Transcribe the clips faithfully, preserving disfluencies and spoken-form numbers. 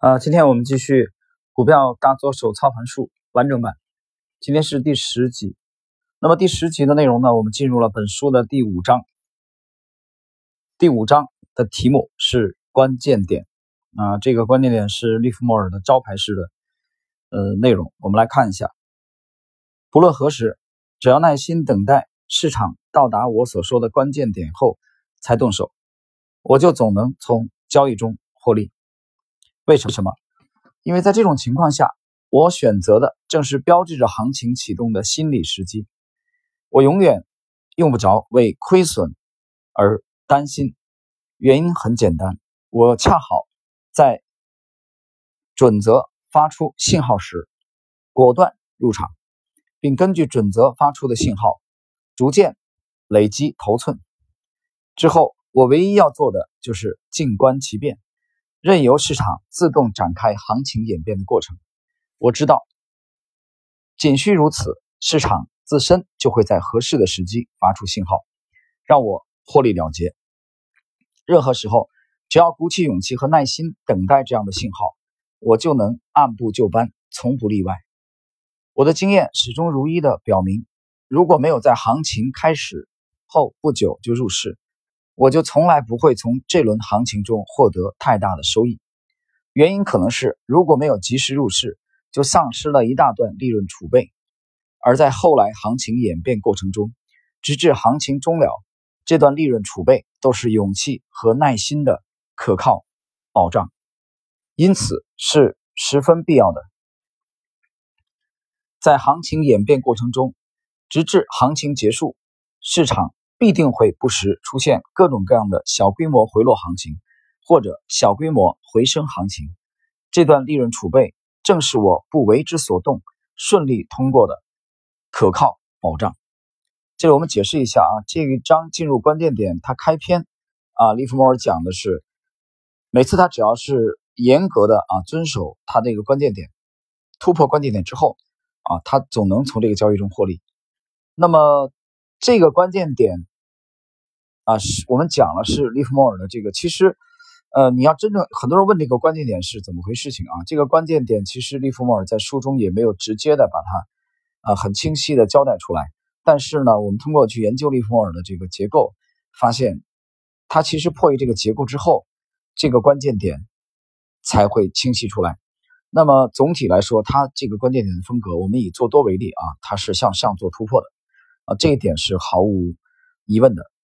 呃，今天我们继续股票大作手操盘术完整版，今天是第十集。那么第十集的内容呢，我们进入了本书的第五章。第五章的题目是关键点啊、呃，这个关键点是利弗莫尔的招牌式的呃内容。我们来看一下，不论何时，只要耐心等待市场到达我所说的关键点后才动手，我就总能从交易中获利。为什么？因为在这种情况下，我选择的正是标志着行情启动的心理时机。我永远用不着为亏损而担心，原因很简单，我恰好在准则发出信号时果断入场，并根据准则发出的信号逐渐累积头寸。之后我唯一要做的就是静观其变，任由市场自动展开行情演变的过程。我知道仅需如此，市场自身就会在合适的时机发出信号，让我获利了结。任何时候，只要鼓起勇气和耐心等待这样的信号，我就能按部就班，从不例外。我的经验始终如一地表明，如果没有在行情开始后不久就入市，我就从来不会从这轮行情中获得太大的收益。原因可能是，如果没有及时入市，就丧失了一大段利润储备。而在后来行情演变过程中，直至行情终了，这段利润储备都是勇气和耐心的可靠保障，因此是十分必要的。在行情演变过程中，直至行情结束，市场必定会不时出现各种各样的小规模回落行情，或者小规模回升行情。这段利润储备正是我不为之所动，顺利通过的可靠保障。这里我们解释一下啊，这一章进入关键点，它开篇啊，利弗莫尔讲的是，每次他只要是严格的啊遵守他这个关键点，突破关键点之后啊，他总能从这个交易中获利。那么这个关键点啊，是我们讲了是利弗莫尔的这个，其实呃，你要真正很多人问这个关键点是怎么回事情啊？这个关键点其实利弗莫尔在书中也没有直接的把它啊很清晰的交代出来。但是呢，我们通过去研究利弗莫尔的这个结构，发现它其实破译这个结构之后，这个关键点才会清晰出来。那么总体来说，它这个关键点的风格，我们以做多为例啊，它是向上做突破的啊，这一点是毫无疑问的。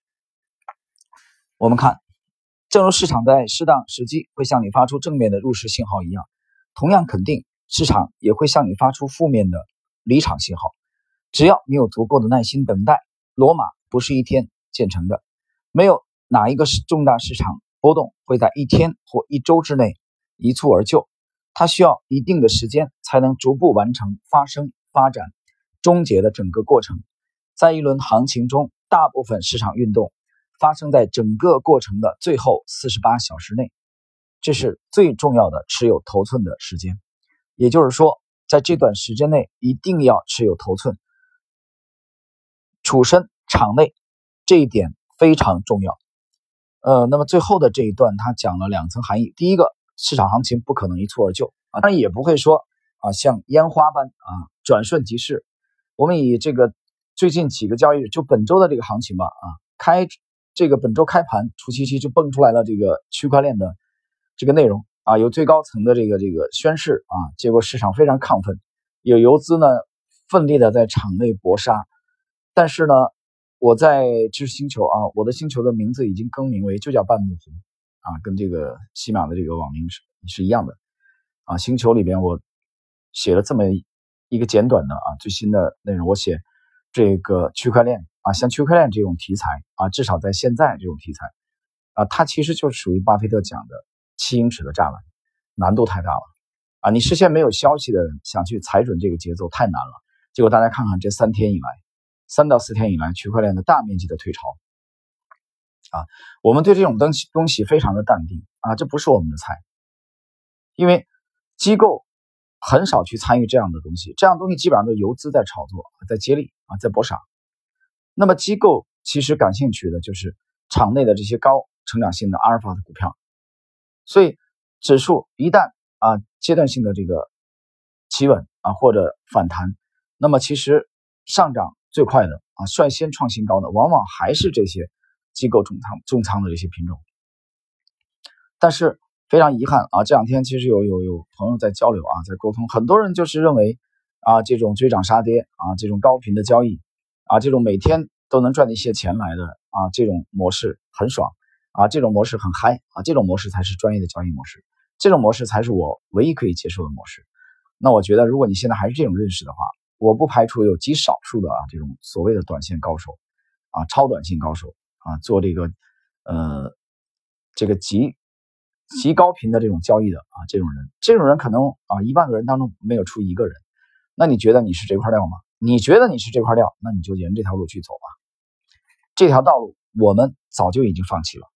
我们看，正如市场在适当时机会向你发出正面的入市信号一样，同样肯定市场也会向你发出负面的离场信号。只要你有足够的耐心等待，罗马不是一天建成的，没有哪一个重大市场波动会在一天或一周之内一蹴而就，它需要一定的时间才能逐步完成发生、发展、终结的整个过程。在一轮行情中，大部分市场运动发生在整个过程的最后四十八小时内，这是最重要的持有头寸的时间。也就是说，在这段时间内一定要持有头寸，处身场内，这一点非常重要。呃，那么最后的这一段他讲了两层含义。第一个，市场行情不可能一蹴而就啊，当然也不会说啊像烟花般啊转瞬即逝。我们以这个最近几个交易日，就本周的这个行情吧啊，开这个本周开盘初期期就蹦出来了这个区块链的这个内容啊，有最高层的这个这个宣示啊，结果市场非常亢奋，有游资呢奋力的在场内搏杀。但是呢，我在知识星球啊，我的星球的名字已经更名为就叫半木红啊，跟这个西马的这个网名是是一样的啊。星球里边我写了这么一个简短的啊最新的内容，我写这个区块链啊，像区块链这种题材啊，至少在现在这种题材啊，它其实就属于巴菲特讲的七英尺的栅栏，难度太大了啊！你事先没有消息的人想去踩准这个节奏太难了。结果大家看看这三天以来。三到四天以来，区块链的大面积的退潮啊，我们对这种东西东西非常的淡定啊，这不是我们的菜，因为机构很少去参与这样的东西，这样的东西基本上都是游资在炒作，在接力啊，在搏杀。那么机构其实感兴趣的就是场内的这些高成长性的阿尔法的股票，所以指数一旦阶段性的这个企稳啊或者反弹，那么其实上涨最快的啊率先创新高的往往还是这些机构重仓重仓的这些品种。但是非常遗憾啊，这两天其实有有有朋友在交流啊，在沟通，很多人就是认为啊这种追涨杀跌啊这种高频的交易啊这种每天都能赚一些钱来的啊这种模式很爽啊，这种模式很嗨啊，这种模式才是专业的交易模式，这种模式才是我唯一可以接受的模式。那我觉得如果你现在还是这种认识的话，我不排除有极少数的啊这种所谓的短线高手啊超短线高手啊做这个呃这个极极高频的这种交易的啊这种人，这种人可能啊一万个人当中没有出一个人。那你觉得你是这块料吗？你觉得你是这块料，那你就沿这条路去走吧。这条道路我们早就已经放弃了。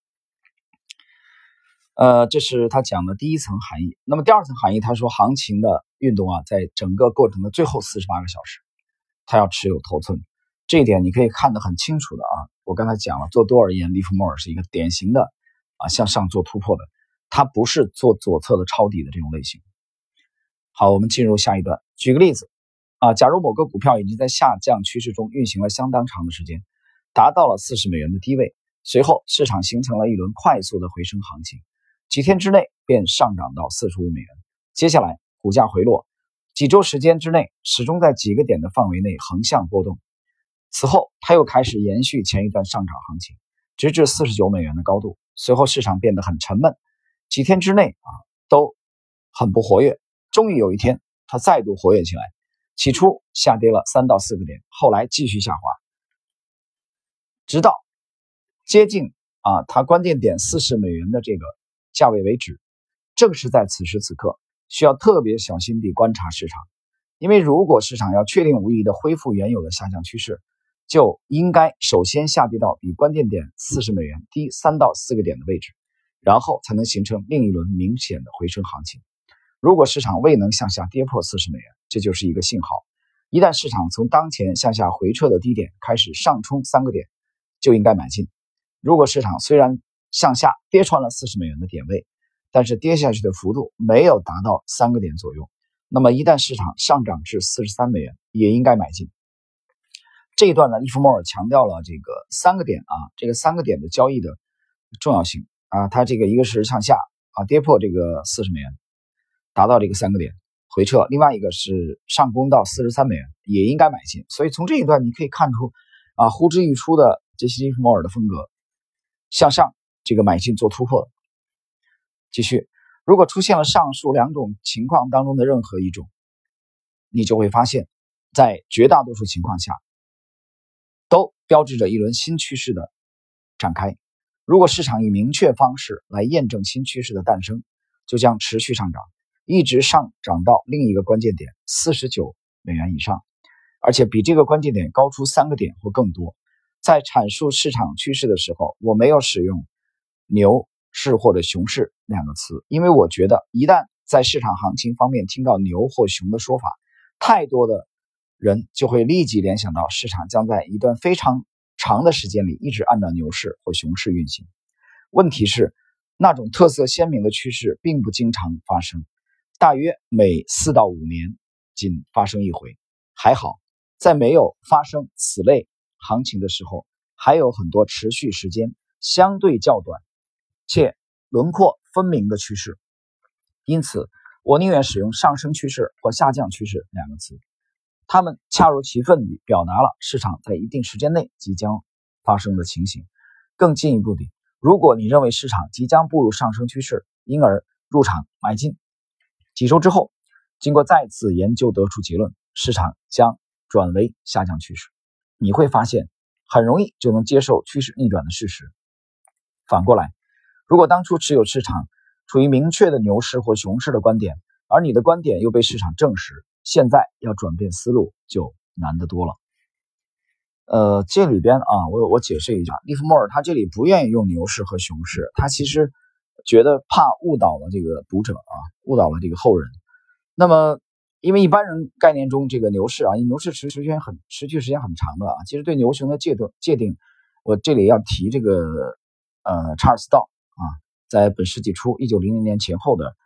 呃，这是他讲的第一层含义。那么第二层含义，他说行情的运动啊，在整个过程的最后四十八个小时，他要持有头寸。这一点你可以看得很清楚的啊。我刚才讲了，做多而言，利弗莫尔是一个典型的啊向上做突破的，他不是做左侧的抄底的这种类型。好，我们进入下一段。举个例子啊，假如某个股票已经在下降趋势中运行了相当长的时间，达到了四十美元的低位，随后市场形成了一轮快速的回升行情，几天之内便上涨到四十五美元。接下来股价回落，几周时间之内始终在几个点的范围内横向波动。此后它又开始延续前一段上涨行情，直至四十九美元的高度。随后市场变得很沉闷，几天之内啊都很不活跃。终于有一天，它再度活跃起来。起初下跌了三到四个点，后来继续下滑，直到接近啊它关键点四十美元的这个价位为止。正是在此时此刻，需要特别小心地观察市场，因为如果市场要确定无疑的恢复原有的下降趋势，就应该首先下跌到比关键点四十美元低三到四个点的位置，然后才能形成另一轮明显的回升行情。如果市场未能向下跌破四十美元，这就是一个信号。一旦市场从当前向下回撤的低点开始上冲三个点，就应该买进。如果市场虽然向下跌穿了四十美元的点位，但是跌下去的幅度没有达到三个点左右，那么一旦市场上涨至四十三美元，也应该买进。这一段呢，利弗莫尔强调了这个三个点啊，这个三个点的交易的重要性啊。它这个一个是向下啊跌破这个四十美元，达到这个三个点回撤，另外一个是上攻到四十三美元，也应该买进。所以从这一段你可以看出啊，呼之欲出的杰西·利弗莫尔的风格，向上这个买进做突破。继续，如果出现了上述两种情况当中的任何一种，你就会发现，在绝大多数情况下，都标志着一轮新趋势的展开。如果市场以明确方式来验证新趋势的诞生，就将持续上涨，一直上涨到另一个关键点四十九美元以上，而且比这个关键点高出三个点或更多。在阐述市场趋势的时候，我没有使用牛市或者熊市两个词，因为我觉得一旦在市场行情方面听到牛或熊的说法，太多的人就会立即联想到市场将在一段非常长的时间里一直按照牛市或熊市运行。问题是，那种特色鲜明的趋势并不经常发生，大约每四到五年仅发生一回。还好，在没有发生此类行情的时候，还有很多持续时间相对较短且轮廓分明的趋势。因此，我宁愿使用上升趋势或下降趋势两个词，它们恰如其分地表达了市场在一定时间内即将发生的情形。更进一步地，如果你认为市场即将步入上升趋势，因而入场买进，几周之后，经过再次研究得出结论，市场将转为下降趋势，你会发现很容易就能接受趋势逆转的事实。反过来，如果当初持有市场处于明确的牛市或熊市的观点，而你的观点又被市场证实，现在要转变思路就难得多了。呃，这里边啊，我我解释一下，利弗莫尔他这里不愿意用牛市和熊市，他其实觉得怕误导了这个读者啊，误导了这个后人。那么，因为一般人概念中这个牛市啊，牛市持续时间很持续时间很长的啊，其实对牛熊的界定界定，我这里要提这个呃查尔斯道啊，在本世纪初一九零零年前后的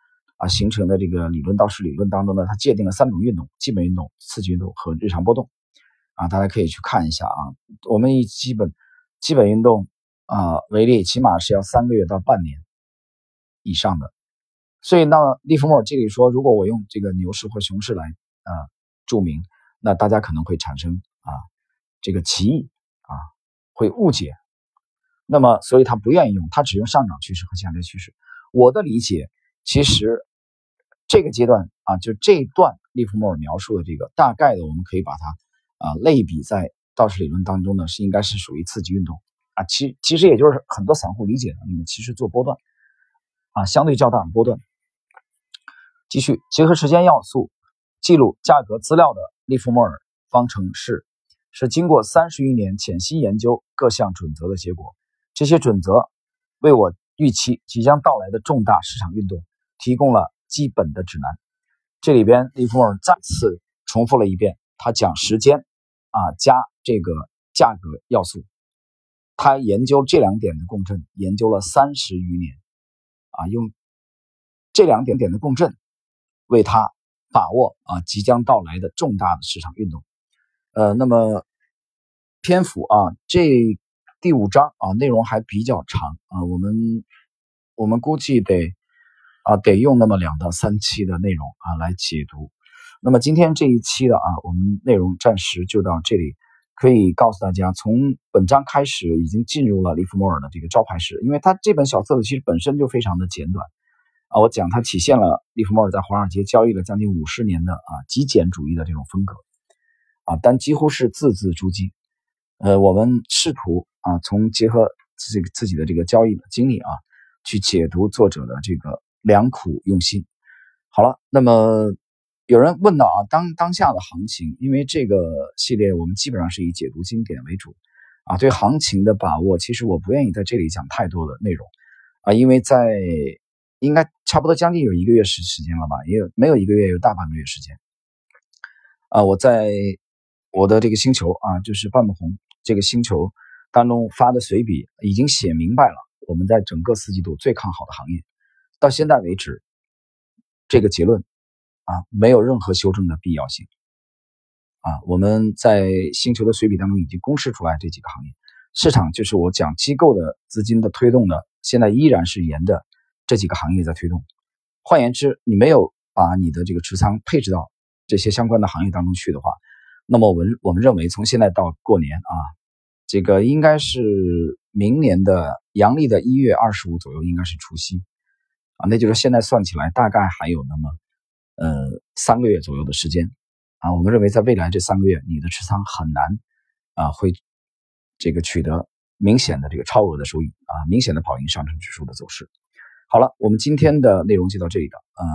啊形成的这个理论道氏理论当中呢，它界定了三种运动：基本运动、刺激运动和日常波动。啊，大家可以去看一下啊。我们以基本基本运动啊为例，起码是要三个月到半年以上的。所以那利弗莫尔这里说，如果我用这个牛市或熊市来啊注明，那大家可能会产生啊这个歧义啊，会误解。那么所以他不愿意用，他只用上涨趋势和下跌趋势。我的理解，其实这个阶段啊，就这一段利弗莫尔描述的这个大概的，我们可以把它啊类比在道氏理论当中呢，是应该是属于刺激运动啊。其其实也就是很多散户理解的，你们其实做波段啊，相对较大的波段。继续结合时间要素记录价格资料的利弗莫尔方程式，是经过三十余年潜心研究各项准则的结果。这些准则为我预期即将到来的重大市场运动提供了基本的指南。这里边利弗莫尔再次重复了一遍，他讲时间啊加这个价格要素，他研究这两点的共振研究了三十余年啊，用这两点点的共振为他把握啊即将到来的重大的市场运动。呃，那么篇幅啊，这第五章啊内容还比较长啊，我们我们估计得啊得用那么两到三期的内容啊来解读。那么今天这一期的啊，我们内容暂时就到这里。可以告诉大家，从本章开始已经进入了利弗莫尔的这个招牌式，因为他这本小册子其实本身就非常的简短啊。我讲它体现了利弗莫尔在华尔街交易了将近五十年的啊极简主义的这种风格啊，但几乎是字字珠玑。呃，我们试图啊从结合自己自己的这个交易的经历啊，去解读作者的这个良苦用心。好了，那么有人问到啊，当当下的行情，因为这个系列我们基本上是以解读经典为主啊，对行情的把握，其实我不愿意在这里讲太多的内容啊，因为在应该差不多将近有一个月时时间了吧，也有没有一个月，有大半个月时间啊，我在我的这个星球啊，就是半亩红这个星球当中发的随笔，已经写明白了我们在整个四季度最看好的行业，到现在为止，这个结论啊，没有任何修正的必要性啊！我们在星球的随笔当中已经公示出来这几个行业，市场就是我讲机构的资金的推动的，现在依然是沿着这几个行业在推动。换言之，你没有把你的这个持仓配置到这些相关的行业当中去的话，那么我们我们认为从现在到过年啊，这个应该是明年的阳历的一月二十五左右，应该是除夕啊，那就是现在算起来大概还有那么。呃，三个月左右的时间啊，我们认为在未来这三个月，你的持仓很难啊会这个取得明显的这个超额的收益啊，明显的跑赢上证指数的走势。好了，我们今天的内容就到这里了。呃，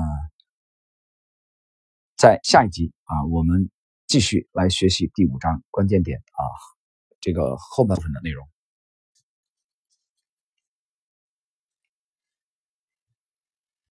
在下一集啊，我们继续来学习第五章关键点啊，这个后半部分的内容。